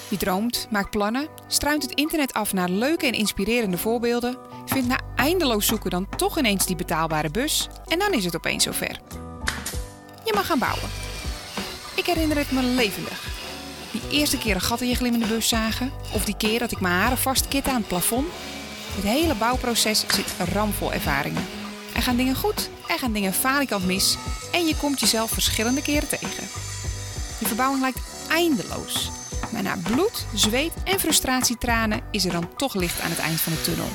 Je droomt, maakt plannen, struint het internet af naar leuke en inspirerende voorbeelden, vindt na eindeloos zoeken dan toch ineens die betaalbare bus en dan is het opeens zover. Je mag gaan bouwen. Ik herinner het me levendig. Die eerste keer een gat in je glimmende bus zagen, of die keer dat ik mijn haren vastkette aan het plafond. Het hele bouwproces zit ramvol ervaringen. Er gaan dingen goed, er gaan dingen falikant mis en je komt jezelf verschillende keren tegen. Je verbouwing lijkt eindeloos. Maar na bloed, zweet en frustratietranen is er dan toch licht aan het eind van de tunnel.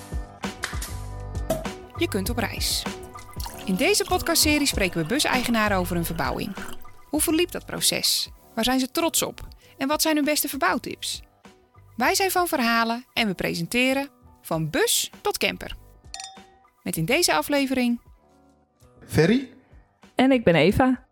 Je kunt op reis. In deze podcastserie spreken we buseigenaren over hun verbouwing. Hoe verliep dat proces? Waar zijn ze trots op? En wat zijn hun beste verbouwtips? Wij zijn van verhalen en we presenteren van bus tot camper. Met in deze aflevering Ferry. En ik ben Eva.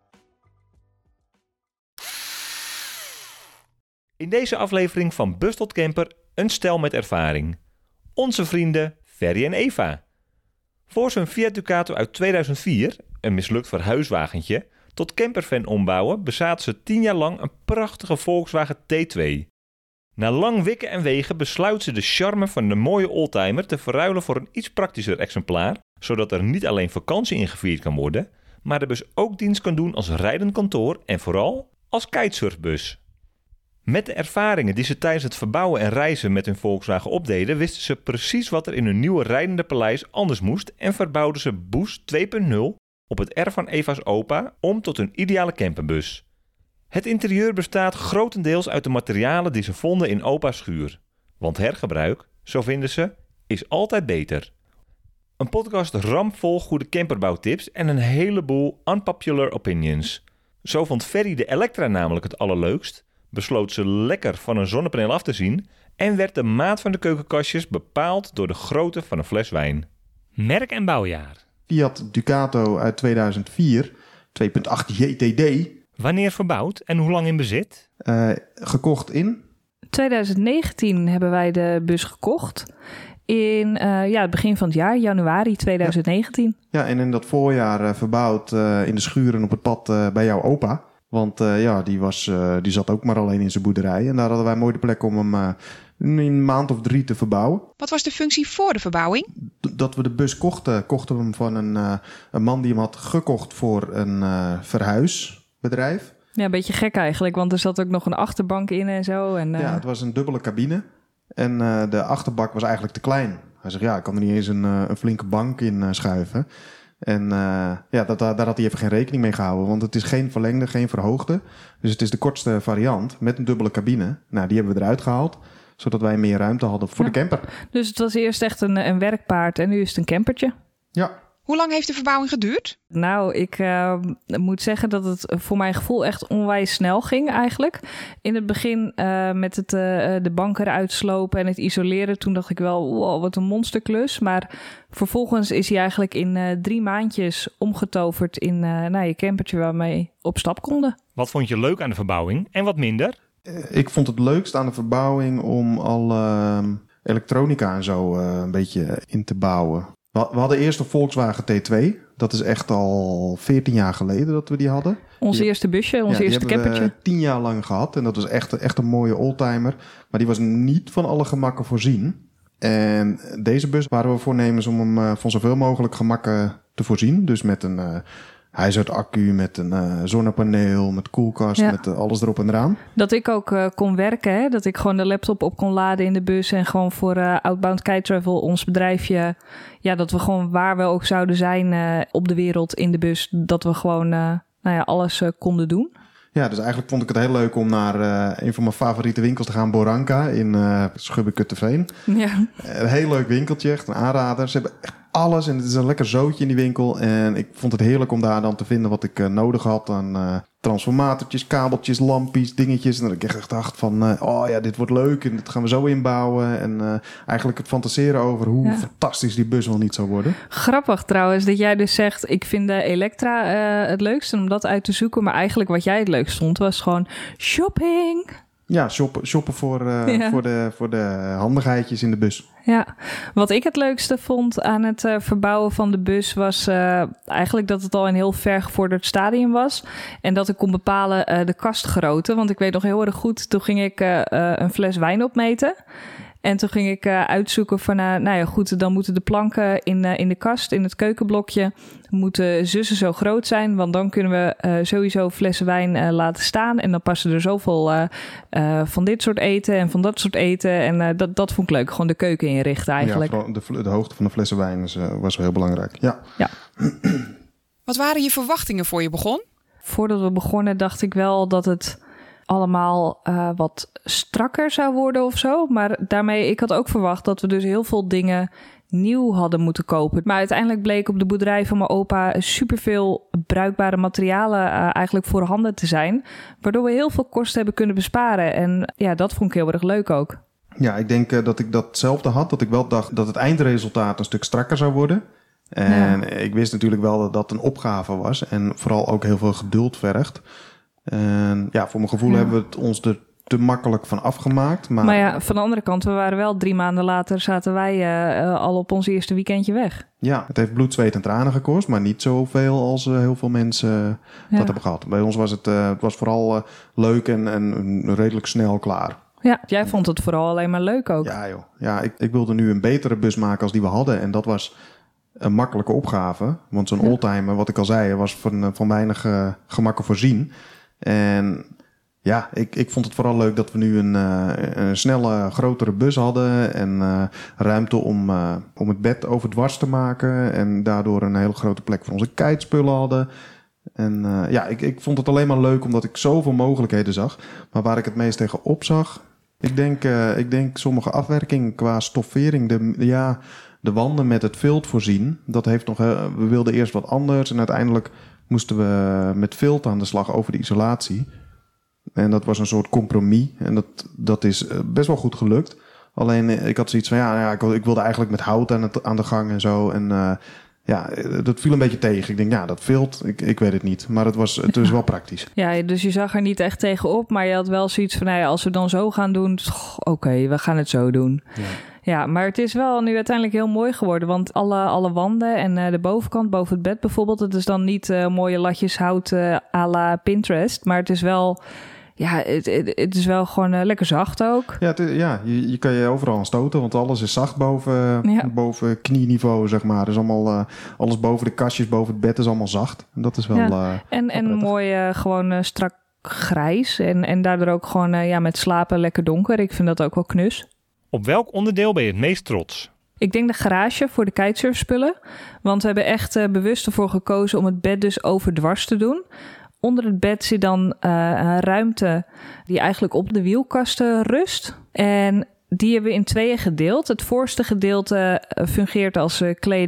In deze aflevering van Bus tot Camper een stel met ervaring. Onze vrienden Ferry en Eva. Voor zijn Fiat Ducato uit 2004, een mislukt verhuiswagentje, tot campervan ombouwen bezaten ze 10 jaar lang een prachtige Volkswagen T2. Na lang wikken en wegen besluiten ze de charme van de mooie oldtimer te verruilen voor een iets praktischer exemplaar, zodat er niet alleen vakantie in gevierd kan worden, maar de bus ook dienst kan doen als rijdend kantoor en vooral als kitesurfbus. Met de ervaringen die ze tijdens het verbouwen en reizen met hun Volkswagen opdeden, wisten ze precies wat er in hun nieuwe rijdende paleis anders moest en verbouwden ze Boost 2.0 op het erf van Eva's opa om tot hun ideale camperbus. Het interieur bestaat grotendeels uit de materialen die ze vonden in opa's schuur. Want hergebruik, zo vinden ze, is altijd beter. Een podcast ramvol goede camperbouwtips en een heleboel unpopular opinions. Zo vond Ferry de Electra namelijk het allerleukst, besloot ze lekker van een zonnepaneel af te zien en werd de maat van de keukenkastjes bepaald door de grootte van een fles wijn. Merk en bouwjaar. Fiat Ducato uit 2004, 2.8 GTD. Wanneer verbouwd en hoe lang in bezit? Gekocht in? 2019 hebben wij de bus gekocht. In het begin van het jaar, januari 2019. Ja, en in dat voorjaar verbouwd in de schuren op het pad bij jouw opa. Want die zat ook maar alleen in zijn boerderij. En daar hadden wij mooi de plek om hem in een maand of 3 te verbouwen. Wat was de functie voor de verbouwing? Dat we de bus kochten we hem van een man die hem had gekocht voor een verhuisbedrijf. Ja, een beetje gek eigenlijk, want er zat ook nog een achterbank in en zo. En, Ja, het was een dubbele cabine. En de achterbak was eigenlijk te klein. Hij zegt, ik kan er niet eens een flinke bank in schuiven. En daar had hij even geen rekening mee gehouden. Want het is geen verlengde, geen verhoogde. Dus het is de kortste variant met een dubbele cabine. Nou, die hebben we eruit gehaald. Zodat wij meer ruimte hadden voor de camper. Dus het was eerst echt een werkpaard en nu is het een campertje. Ja. Hoe lang heeft de verbouwing geduurd? Nou, ik moet zeggen dat het voor mijn gevoel echt onwijs snel ging eigenlijk. In het begin met de banken eruit slopen en het isoleren, toen dacht ik wel, wow, wat een monsterklus. Maar vervolgens is hij eigenlijk in 3 maandjes omgetoverd in je campertje waarmee we op stap konden. Wat vond je leuk aan de verbouwing en wat minder? Ik vond het leukst aan de verbouwing om alle elektronica en zo een beetje in te bouwen. We hadden eerst een Volkswagen T2. Dat is echt al 14 jaar geleden dat we die hadden. Ons eerste busje, ons eerste campertje. Die hebben we 10 jaar lang gehad. En dat was echt een mooie oldtimer. Maar die was niet van alle gemakken voorzien. En deze bus waren we voornemens om hem van zoveel mogelijk gemakken te voorzien. Dus met een huishoudaccu, met een zonnepaneel, met koelkast, met alles erop en eraan. Dat ik ook kon werken, hè? Dat ik gewoon de laptop op kon laden in de bus en gewoon voor Outbound Kite Travel, ons bedrijfje, dat we gewoon waar we ook zouden zijn op de wereld in de bus, dat we gewoon alles konden doen. Ja, dus eigenlijk vond ik het heel leuk om naar een van mijn favoriete winkels te gaan, Boranka in Schubbekutteveen. Ja. Een heel leuk winkeltje, echt een aanrader. Ze hebben echt alles en het is een lekker zootje in die winkel. En ik vond het heerlijk om daar dan te vinden wat ik nodig had aan transformatortjes, kabeltjes, lampjes, dingetjes. En dat ik echt dacht van, dit wordt leuk en dat gaan we zo inbouwen. En eigenlijk het fantaseren over hoe fantastisch die bus wel niet zou worden. Grappig trouwens dat jij dus zegt, ik vind de Electra het leukste om dat uit te zoeken. Maar eigenlijk wat jij het leukst vond was gewoon shopping. Ja, shoppen voor de handigheidjes in de bus. Ja, wat ik het leukste vond aan het verbouwen van de bus was eigenlijk dat het al een heel vergevorderd stadium was. En dat ik kon bepalen de kastgrootte. Want ik weet nog heel erg goed, toen ging ik een fles wijn opmeten. En toen ging ik uitzoeken van, dan moeten de planken in de kast, in het keukenblokje, moeten zussen zo groot zijn. Want dan kunnen we sowieso flessen wijn laten staan. En dan passen er zoveel van dit soort eten en van dat soort eten. En dat vond ik leuk, gewoon de keuken inrichten eigenlijk. Ja, de hoogte van de flessen wijn was wel heel belangrijk. Ja. Wat waren je verwachtingen voor je begon? Voordat we begonnen dacht ik wel dat het allemaal wat strakker zou worden of zo. Maar daarmee, ik had ook verwacht dat we dus heel veel dingen nieuw hadden moeten kopen. Maar uiteindelijk bleek op de boerderij van mijn opa superveel bruikbare materialen eigenlijk voorhanden te zijn. Waardoor we heel veel kosten hebben kunnen besparen. En ja, dat vond ik heel erg leuk ook. Ja, ik denk dat ik datzelfde had. Dat ik wel dacht dat het eindresultaat een stuk strakker zou worden. En ik wist natuurlijk wel dat dat een opgave was. En vooral ook heel veel geduld vergt. En ja, voor mijn gevoel hebben we het ons er te makkelijk van afgemaakt. Maar ja, van de andere kant, we waren wel 3 maanden later, zaten wij al op ons eerste weekendje weg. Ja, het heeft bloed, zweet en tranen gekost, maar niet zoveel als heel veel mensen dat hebben gehad. Bij ons was het was vooral leuk en redelijk snel klaar. Ja, jij vond het vooral alleen maar leuk ook. Ja joh, ja, ik wilde nu een betere bus maken als die we hadden en dat was een makkelijke opgave. Want zo'n oldtimer, wat ik al zei, was van weinig gemakken voorzien. En ja, ik vond het vooral leuk dat we nu een snelle, grotere bus hadden. En ruimte om het bed overdwars te maken. En daardoor een hele grote plek voor onze kitespullen hadden. En ik vond het alleen maar leuk omdat ik zoveel mogelijkheden zag. Maar waar ik het meest tegen op zag, ik denk sommige afwerking qua stoffering. De wanden met het vilt voorzien. Dat heeft nog. We wilden eerst wat anders en uiteindelijk moesten we met vilt aan de slag over de isolatie. En dat was een soort compromis. En dat is best wel goed gelukt. Alleen ik had zoiets van, ik wilde eigenlijk met hout aan de gang en zo. En dat viel een beetje tegen. Ik denk, dat vilt, ik weet het niet. Maar het is wel praktisch. Ja, dus je zag er niet echt tegenop. Maar je had wel zoiets van, als we dan zo gaan doen. Oké, we gaan het zo doen. Ja. Ja, maar het is wel nu uiteindelijk heel mooi geworden. Want alle wanden en de bovenkant, boven het bed bijvoorbeeld. Het is dan niet mooie latjes hout à la Pinterest. Maar het is wel, het is wel gewoon lekker zacht ook. Ja, je kan je overal aan stoten. Want alles is zacht boven knieniveau, zeg maar. Dus allemaal, alles boven de kastjes, boven het bed is allemaal zacht. En dat is wel en mooi gewoon strak grijs. En daardoor ook gewoon met slapen lekker donker. Ik vind dat ook wel knus. Op welk onderdeel ben je het meest trots? Ik denk de garage voor de kitesurfspullen. Want we hebben echt bewust ervoor gekozen om het bed dus overdwars te doen. Onder het bed zit dan een ruimte die eigenlijk op de wielkasten rust. En die hebben we in 2 gedeeld. Het voorste gedeelte fungeert als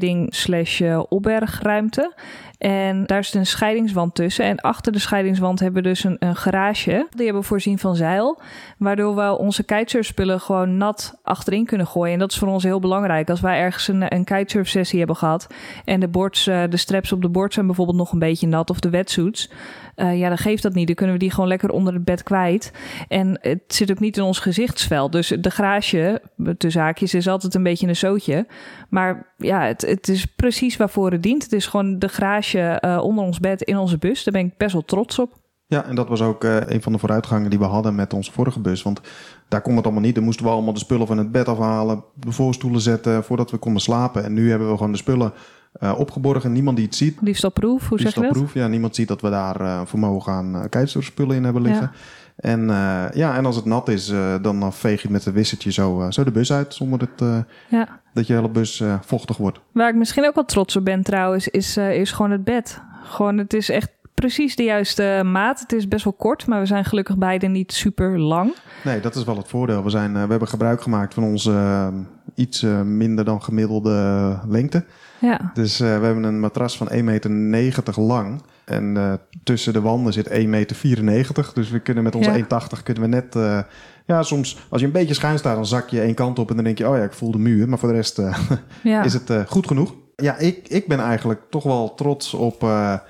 kleding/opbergruimte. En daar zit een scheidingswand tussen. En achter de scheidingswand hebben we dus een garage. Die hebben we voorzien van zeil. Waardoor we onze kitesurfspullen gewoon nat achterin kunnen gooien. En dat is voor ons heel belangrijk. Als wij ergens een kitesurfsessie hebben gehad. En de straps op de boards zijn bijvoorbeeld nog een beetje nat. Of de wetsuits. Dan geeft dat niet. Dan kunnen we die gewoon lekker onder het bed kwijt. En het zit ook niet in ons gezichtsveld. Dus de garage, tussen haakjes, is altijd een beetje een zootje. Maar ja, het is precies waarvoor het dient. Het is gewoon de garage onder ons bed in onze bus. Daar ben ik best wel trots op. Ja, en dat was ook een van de vooruitgangen die we hadden met onze vorige bus. Want daar kon het allemaal niet. Dan moesten we allemaal de spullen van het bed afhalen, de voorstoelen zetten voordat we konden slapen. En nu hebben we gewoon de spullen opgeborgen. Niemand die het ziet. Diefstalproof, hoe zeg je dat? Ja, niemand ziet dat we daar vermogen aan kitesurfspullen in hebben liggen. Ja. En als het nat is, dan veeg je het met een wissertje zo de bus uit. Zonder dat je hele bus vochtig wordt. Waar ik misschien ook wel trots op ben trouwens, is gewoon het bed. Gewoon, het is echt precies de juiste maat. Het is best wel kort, maar we zijn gelukkig beide niet super lang. Nee, dat is wel het voordeel. We hebben gebruik gemaakt van onze iets minder dan gemiddelde lengte. Ja. Dus we hebben een matras van 1,90 meter lang. En tussen de wanden zit 1,94 meter. Dus we kunnen met onze 1,80 kunnen we net... soms als je een beetje schuin staat, dan zak je één kant op en dan denk je, ik voel de muur. Maar voor de rest is het goed genoeg. Ja, ik ben eigenlijk toch wel trots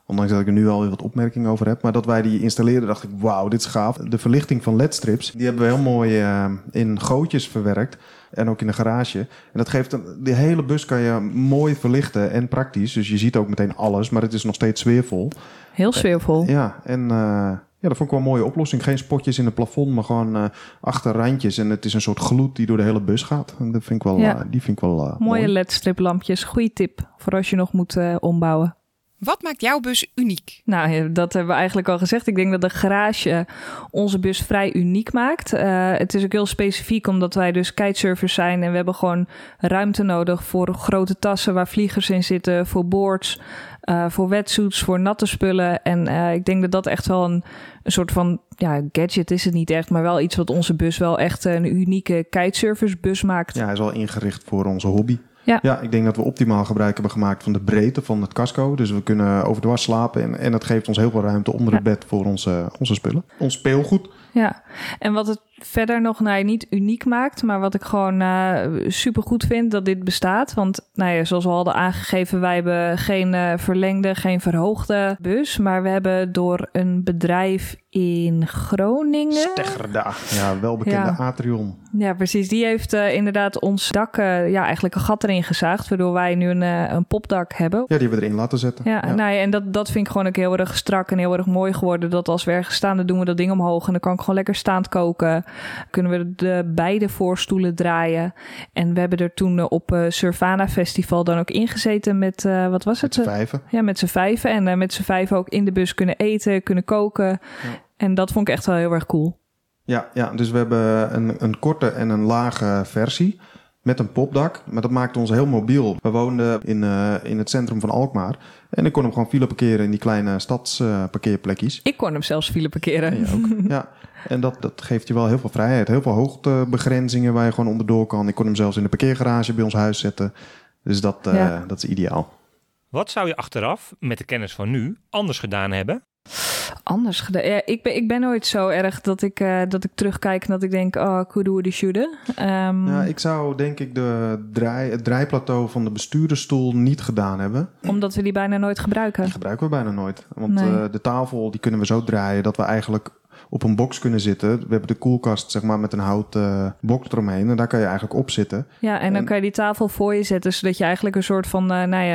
Ondanks dat ik er nu al weer wat opmerkingen over heb. Maar dat wij die installeerden, dacht ik, wauw, dit is gaaf. De verlichting van LED-strips, die hebben we heel mooi in gootjes verwerkt. En ook in de garage. En dat geeft de hele bus kan je mooi verlichten en praktisch. Dus je ziet ook meteen alles, maar het is nog steeds sfeervol. Heel sfeervol. Ja, en dat vond ik wel een mooie oplossing. Geen spotjes in het plafond, maar gewoon achterrandjes. En het is een soort gloed die door de hele bus gaat. En dat vind ik wel, die vind ik wel mooie mooi. LED-striplampjes. Goeie tip voor als je nog moet ombouwen. Wat maakt jouw bus uniek? Nou, dat hebben we eigenlijk al gezegd. Ik denk dat de garage onze bus vrij uniek maakt. Het is ook heel specifiek omdat wij dus kitesurfers zijn. En we hebben gewoon ruimte nodig voor grote tassen waar vliegers in zitten. Voor boards, voor wetsuits, voor natte spullen. En ik denk dat dat echt wel een soort van gadget is het niet echt. Maar wel iets wat onze bus wel echt een unieke kitesurfersbus maakt. Ja, hij is wel ingericht voor onze hobby. Ja, ik denk dat we optimaal gebruik hebben gemaakt van de breedte van het casco. Dus we kunnen overdwars slapen en dat geeft ons heel veel ruimte onder het bed voor onze spullen. Ons speelgoed. Ja, en wat het verder nog niet uniek maakt, maar wat ik gewoon super goed vind dat dit bestaat. Want zoals we al hadden aangegeven, wij hebben geen verlengde, geen verhoogde bus. Maar we hebben door een bedrijf in Groningen... Steggerda, welbekende Atrion. Ja, precies. Die heeft inderdaad ons dak eigenlijk een gat erin gezaagd, waardoor wij nu een popdak hebben. Ja, die hebben we erin laten zetten. En dat vind ik gewoon ook heel erg strak en heel erg mooi geworden. Dat als we ergens staan, dan doen we dat ding omhoog en dan kan ik gewoon lekker staand koken. Kunnen we de beide voorstoelen draaien. En we hebben er toen op Surfana Festival dan ook ingezeten met, wat was het? Met z'n vijven. Ja, met z'n vijven. En met z'n vijven ook in de bus kunnen eten, kunnen koken. Ja. En dat vond ik echt wel heel erg cool. Ja, dus we hebben een korte en een lage versie met een popdak. Maar dat maakte ons heel mobiel. We woonden in het centrum van Alkmaar. En ik kon hem gewoon file parkeren in die kleine stadsparkeerplekjes. Ik kon hem zelfs file parkeren. En jij ook. Ja, en dat geeft je wel heel veel vrijheid. Heel veel hoogtebegrenzingen waar je gewoon onderdoor kan. Ik kon hem zelfs in de parkeergarage bij ons huis zetten. Dus dat is ideaal. Wat zou je achteraf, met de kennis van nu, anders gedaan hebben? Anders gedaan? Ja, ik ben nooit zo erg dat ik terugkijk en dat ik denk, coulda, woulda, shoulda. Ik zou denk ik het draaiplateau van de bestuurdersstoel niet gedaan hebben. Omdat we die bijna nooit gebruiken. Die gebruiken we bijna nooit. Want de tafel die kunnen we zo draaien dat we eigenlijk op een box kunnen zitten. We hebben de koelkast zeg maar met een houten box eromheen. En daar kan je eigenlijk op zitten. Ja, en dan kan je die tafel voor je zetten. Zodat je eigenlijk een soort van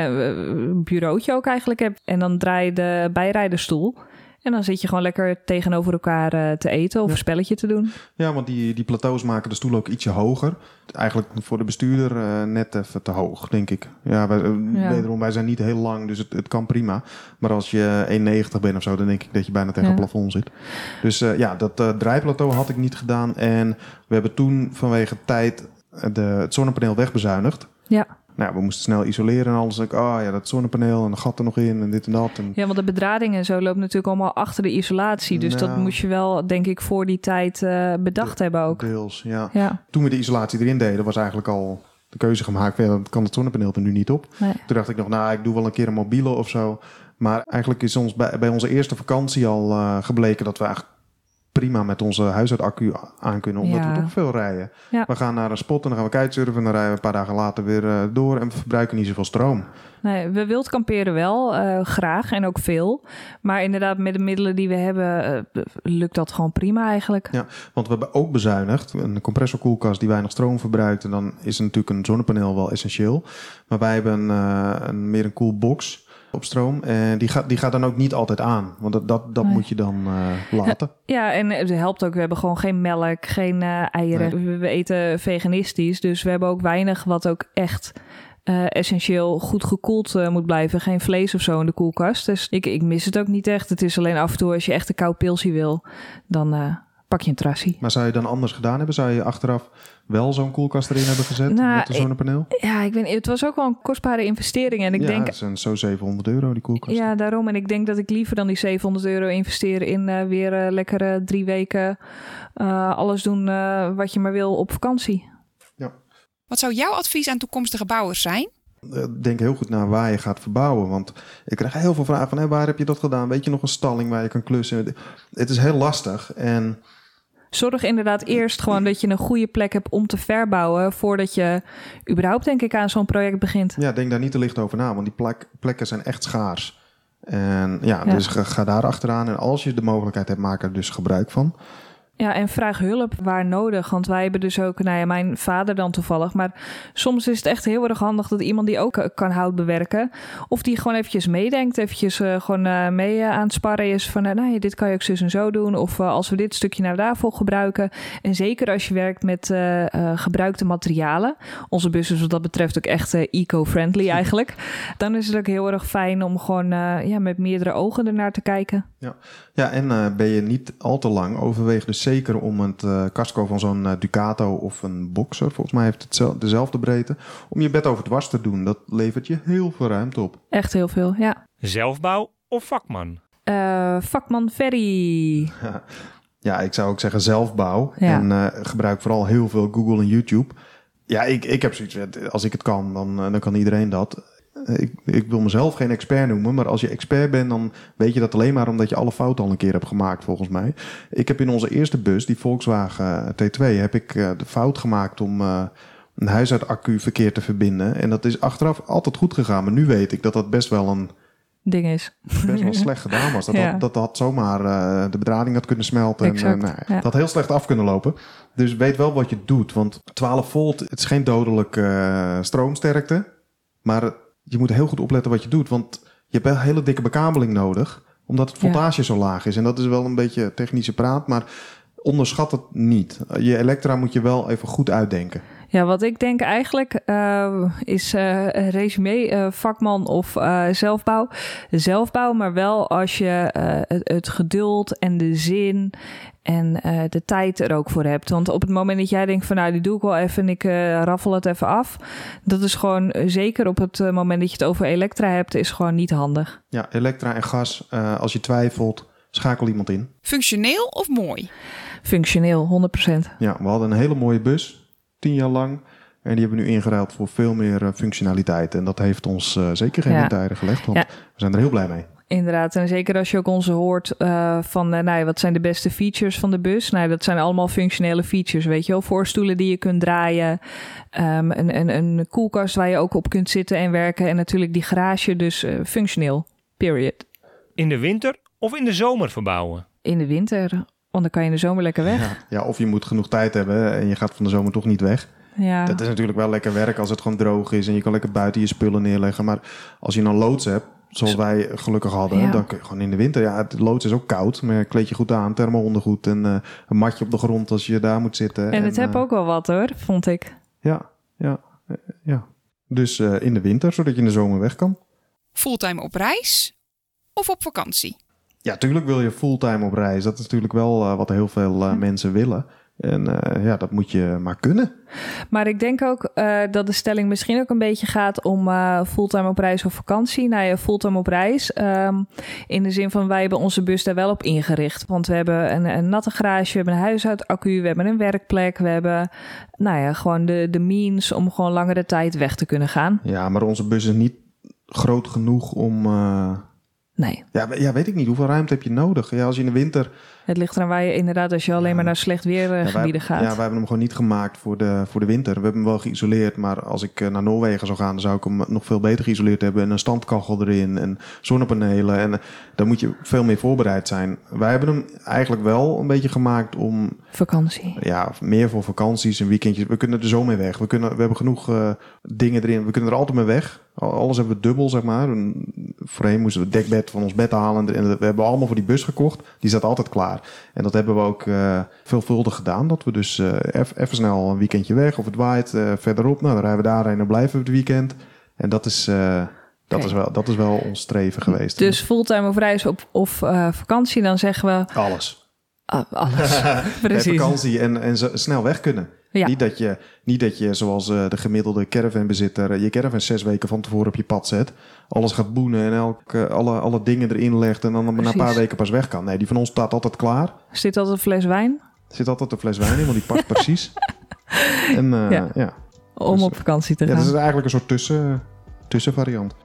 bureautje ook eigenlijk hebt. En dan draai je de bijrijderstoel. En dan zit je gewoon lekker tegenover elkaar te eten of een spelletje te doen. Ja, want die plateaus maken de stoel ook ietsje hoger. Eigenlijk voor de bestuurder net even te hoog, denk ik. Wederom, wij zijn niet heel lang, dus het kan prima. Maar als je 1,90 bent of zo, dan denk ik dat je bijna tegen het plafond zit. Dus dat draaiplateau had ik niet gedaan. En we hebben toen vanwege tijd het zonnepaneel wegbezuinigd. Ja. Nou, we moesten snel isoleren en alles. Dat zonnepaneel en een gat er nog in en dit en dat. Ja, want de bedrading en zo loopt natuurlijk allemaal achter de isolatie. Dus dat moest je wel, denk ik, voor die tijd bedacht hebben ook. Deels, ja. Toen we de isolatie erin deden, was eigenlijk al de keuze gemaakt. Dan kan het zonnepaneel er nu niet op. Nee. Toen dacht ik nog, ik doe wel een keer een mobiele of zo. Maar eigenlijk is ons bij onze eerste vakantie al gebleken dat we eigenlijk prima met onze huishoudaccu aan kunnen, omdat we toch veel rijden. Ja. We gaan naar een spot en dan gaan we kitesurfen en dan rijden we een paar dagen later weer door en we verbruiken niet zoveel stroom. Nee, we wild kamperen wel, graag en ook veel. Maar inderdaad, met de middelen die we hebben, lukt dat gewoon prima eigenlijk. Ja, want we hebben ook bezuinigd. Een compressorkoelkast die weinig stroom verbruikt. En dan is natuurlijk een zonnepaneel wel essentieel. Maar wij hebben meer een koelbox op stroom. En die gaat dan ook niet altijd aan. Want dat moet je dan laten. Ja, en het helpt ook. We hebben gewoon geen melk, geen eieren. Nee. We eten veganistisch. Dus we hebben ook weinig wat ook echt essentieel goed gekoeld moet blijven. Geen vlees of zo in de koelkast. Dus ik mis het ook niet echt. Het is alleen af en toe als je echt een koud pilsie wil, dan pak je een trassie. Maar zou je dan anders gedaan hebben? Zou je achteraf wel zo'n koelkast erin hebben gezet met een zonnepaneel? Ik weet, het was ook wel een kostbare investering. En ik denk, het zijn zo €700 die koelkast. Ja, daarom. En ik denk dat ik liever dan die €700 investeer in weer lekkere 3 weken alles doen wat je maar wil op vakantie. Ja. Wat zou jouw advies aan toekomstige bouwers zijn? Denk heel goed naar waar je gaat verbouwen. Want ik krijg heel veel vragen van waar heb je dat gedaan? Weet je nog een stalling waar je kan klussen? Het is heel lastig. En zorg inderdaad eerst gewoon dat je een goede plek hebt om te verbouwen voordat je überhaupt, denk ik, aan zo'n project begint. Ja, denk daar niet te licht over na, want die plekken zijn echt schaars. En dus ga daar achteraan. En als je de mogelijkheid hebt, maak er dus gebruik van. Ja, en vraag hulp waar nodig. Want wij hebben dus ook, mijn vader dan toevallig. Maar soms is het echt heel erg handig dat iemand die ook kan hout bewerken. Of die gewoon eventjes meedenkt. Eventjes mee aan het sparren is van, dit kan je ook zus en zo doen. Of als we dit stukje daarvoor gebruiken. En zeker als je werkt met gebruikte materialen. Onze bus is wat dat betreft ook echt eco-friendly eigenlijk. Dan is het ook heel erg fijn om gewoon met meerdere ogen ernaar te kijken. Ja, en ben je niet al te lang, overweeg dus zeker om het casco van zo'n Ducato of een Boxer, volgens mij heeft het dezelfde breedte, om je bed over dwars te doen. Dat levert je heel veel ruimte op. Echt heel veel, ja. Zelfbouw of vakman? Vakman Ferry. Ja, ik zou ook zeggen zelfbouw. Ja. En gebruik vooral heel veel Google en YouTube. Ja, ik heb zoiets, als ik het kan, dan kan iedereen dat. Ik wil mezelf geen expert noemen, maar als je expert bent, dan weet je dat alleen maar omdat je alle fouten al een keer hebt gemaakt, volgens mij. Ik heb in onze eerste bus, die Volkswagen T2, heb ik de fout gemaakt om een huishoudaccu verkeerd te verbinden. En dat is achteraf altijd goed gegaan, maar nu weet ik dat dat best wel een ding is. Best wel slecht gedaan was. Dat had zomaar de bedrading had kunnen smelten. Exact, En dat had heel slecht af kunnen lopen. Dus weet wel wat je doet, want 12 volt, het is geen dodelijke stroomsterkte, maar je moet heel goed opletten wat je doet, want je hebt een hele dikke bekabeling nodig, omdat het voltage zo laag is. En dat is wel een beetje technische praat, maar onderschat het niet. Je elektra moet je wel even goed uitdenken. Ja, wat ik denk eigenlijk is resume, vakman of zelfbouw. Zelfbouw, maar wel als je het geduld en de zin en de tijd er ook voor hebt. Want op het moment dat jij denkt van die doe ik wel even en ik raffel het even af. Dat is gewoon, zeker op het moment dat je het over elektra hebt, is gewoon niet handig. Ja, elektra en gas, als je twijfelt, schakel iemand in. Functioneel of mooi? Functioneel, 100%. Ja, we hadden een hele mooie bus, 10 jaar lang. En die hebben we nu ingeruild voor veel meer functionaliteit. En dat heeft ons zeker geen windeieren gelegd, want we zijn er heel blij mee. Inderdaad, en zeker als je ook onze hoort van wat zijn de beste features van de bus? Dat zijn allemaal functionele features, weet je wel. Voorstoelen die je kunt draaien, een koelkast waar je ook op kunt zitten en werken en natuurlijk die garage, dus functioneel, period. In de winter of in de zomer verbouwen? In de winter, want dan kan je in de zomer lekker weg. Ja, of je moet genoeg tijd hebben en je gaat van de zomer toch niet weg. Ja. Dat is natuurlijk wel lekker werk als het gewoon droog is en je kan lekker buiten je spullen neerleggen. Maar als je dan loods hebt, zoals wij gelukkig hadden, dan kun je gewoon in de winter. Ja, het loods is ook koud, maar kleed je goed aan, thermo-ondergoed en een matje op de grond als je daar moet zitten. En het heb ook wel wat hoor, vond ik. Ja. Dus in de winter, zodat je in de zomer weg kan. Fulltime op reis of op vakantie? Ja, tuurlijk wil je fulltime op reis. Dat is natuurlijk wel wat heel veel mensen willen. En dat moet je maar kunnen. Maar ik denk ook dat de stelling misschien ook een beetje gaat om fulltime op reis of vakantie. Fulltime op reis. In de zin van wij hebben onze bus daar wel op ingericht. Want we hebben een natte garage, we hebben een huishoudaccu, we hebben een werkplek. We hebben gewoon de means om gewoon langere tijd weg te kunnen gaan. Ja, maar onze bus is niet groot genoeg om... Nee. Ja, weet ik niet. Hoeveel ruimte heb je nodig? Ja, als je in de winter... Het ligt eraan waar je inderdaad, als je alleen maar naar slecht weergebieden gaat. Ja, wij hebben hem gewoon niet gemaakt voor de winter. We hebben hem wel geïsoleerd, maar als ik naar Noorwegen zou gaan, dan zou ik hem nog veel beter geïsoleerd hebben. En een standkachel erin en zonnepanelen. En dan moet je veel meer voorbereid zijn. Wij hebben hem eigenlijk wel een beetje gemaakt om... Vakantie. Ja, meer voor vakanties en weekendjes. We kunnen er zo mee weg. We hebben genoeg dingen erin. We kunnen er altijd mee weg. Alles hebben we dubbel, zeg maar. Voorheen moesten we het dekbed van ons bed halen. En we hebben allemaal voor die bus gekocht. Die staat altijd klaar. En dat hebben we ook veelvuldig gedaan. Dat we dus even snel een weekendje weg. Of het waait verderop. Dan rijden we daarheen en blijven we het weekend. En dat is... Dat is wel ons streven geweest. Dus fulltime op reis of vakantie, dan zeggen we... Alles. Alles, precies. Vakantie en snel weg kunnen. Ja. Niet dat je zoals de gemiddelde caravanbezitter je caravan 6 weken van tevoren op je pad zet. Alles gaat boenen en alle dingen erin legt en dan na een paar weken pas weg kan. Nee, die van ons staat altijd klaar. Zit altijd een fles wijn? Er zit altijd een fles wijn in, want die past precies. En, om op vakantie te gaan. Ja, dat is eigenlijk een soort tussenvariant.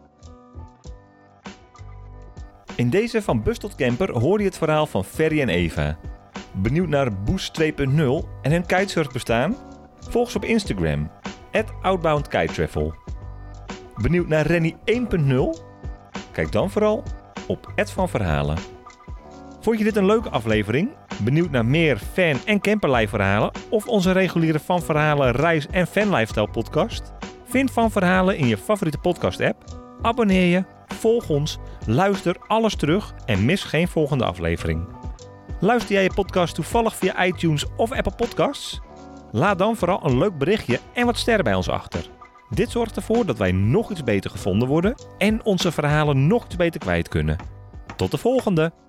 In deze Van Bus tot Camper hoor je het verhaal van Ferry en Eva. Benieuwd naar Boost 2.0 en hun kitesurf bestaan? Volg ze op Instagram, @outboundkitetravel. Benieuwd naar Rennie 1.0? Kijk dan vooral op @vanverhalen. Vond je dit een leuke aflevering? Benieuwd naar meer fan- en camperlijfverhalen of onze reguliere Van Verhalen reis- en fanlifestyle podcast? Vind Van Verhalen in je favoriete podcast app. Abonneer je, volg ons, luister alles terug en mis geen volgende aflevering. Luister jij je podcast toevallig via iTunes of Apple Podcasts? Laat dan vooral een leuk berichtje en wat sterren bij ons achter. Dit zorgt ervoor dat wij nog iets beter gevonden worden en onze verhalen nog iets beter kwijt kunnen. Tot de volgende!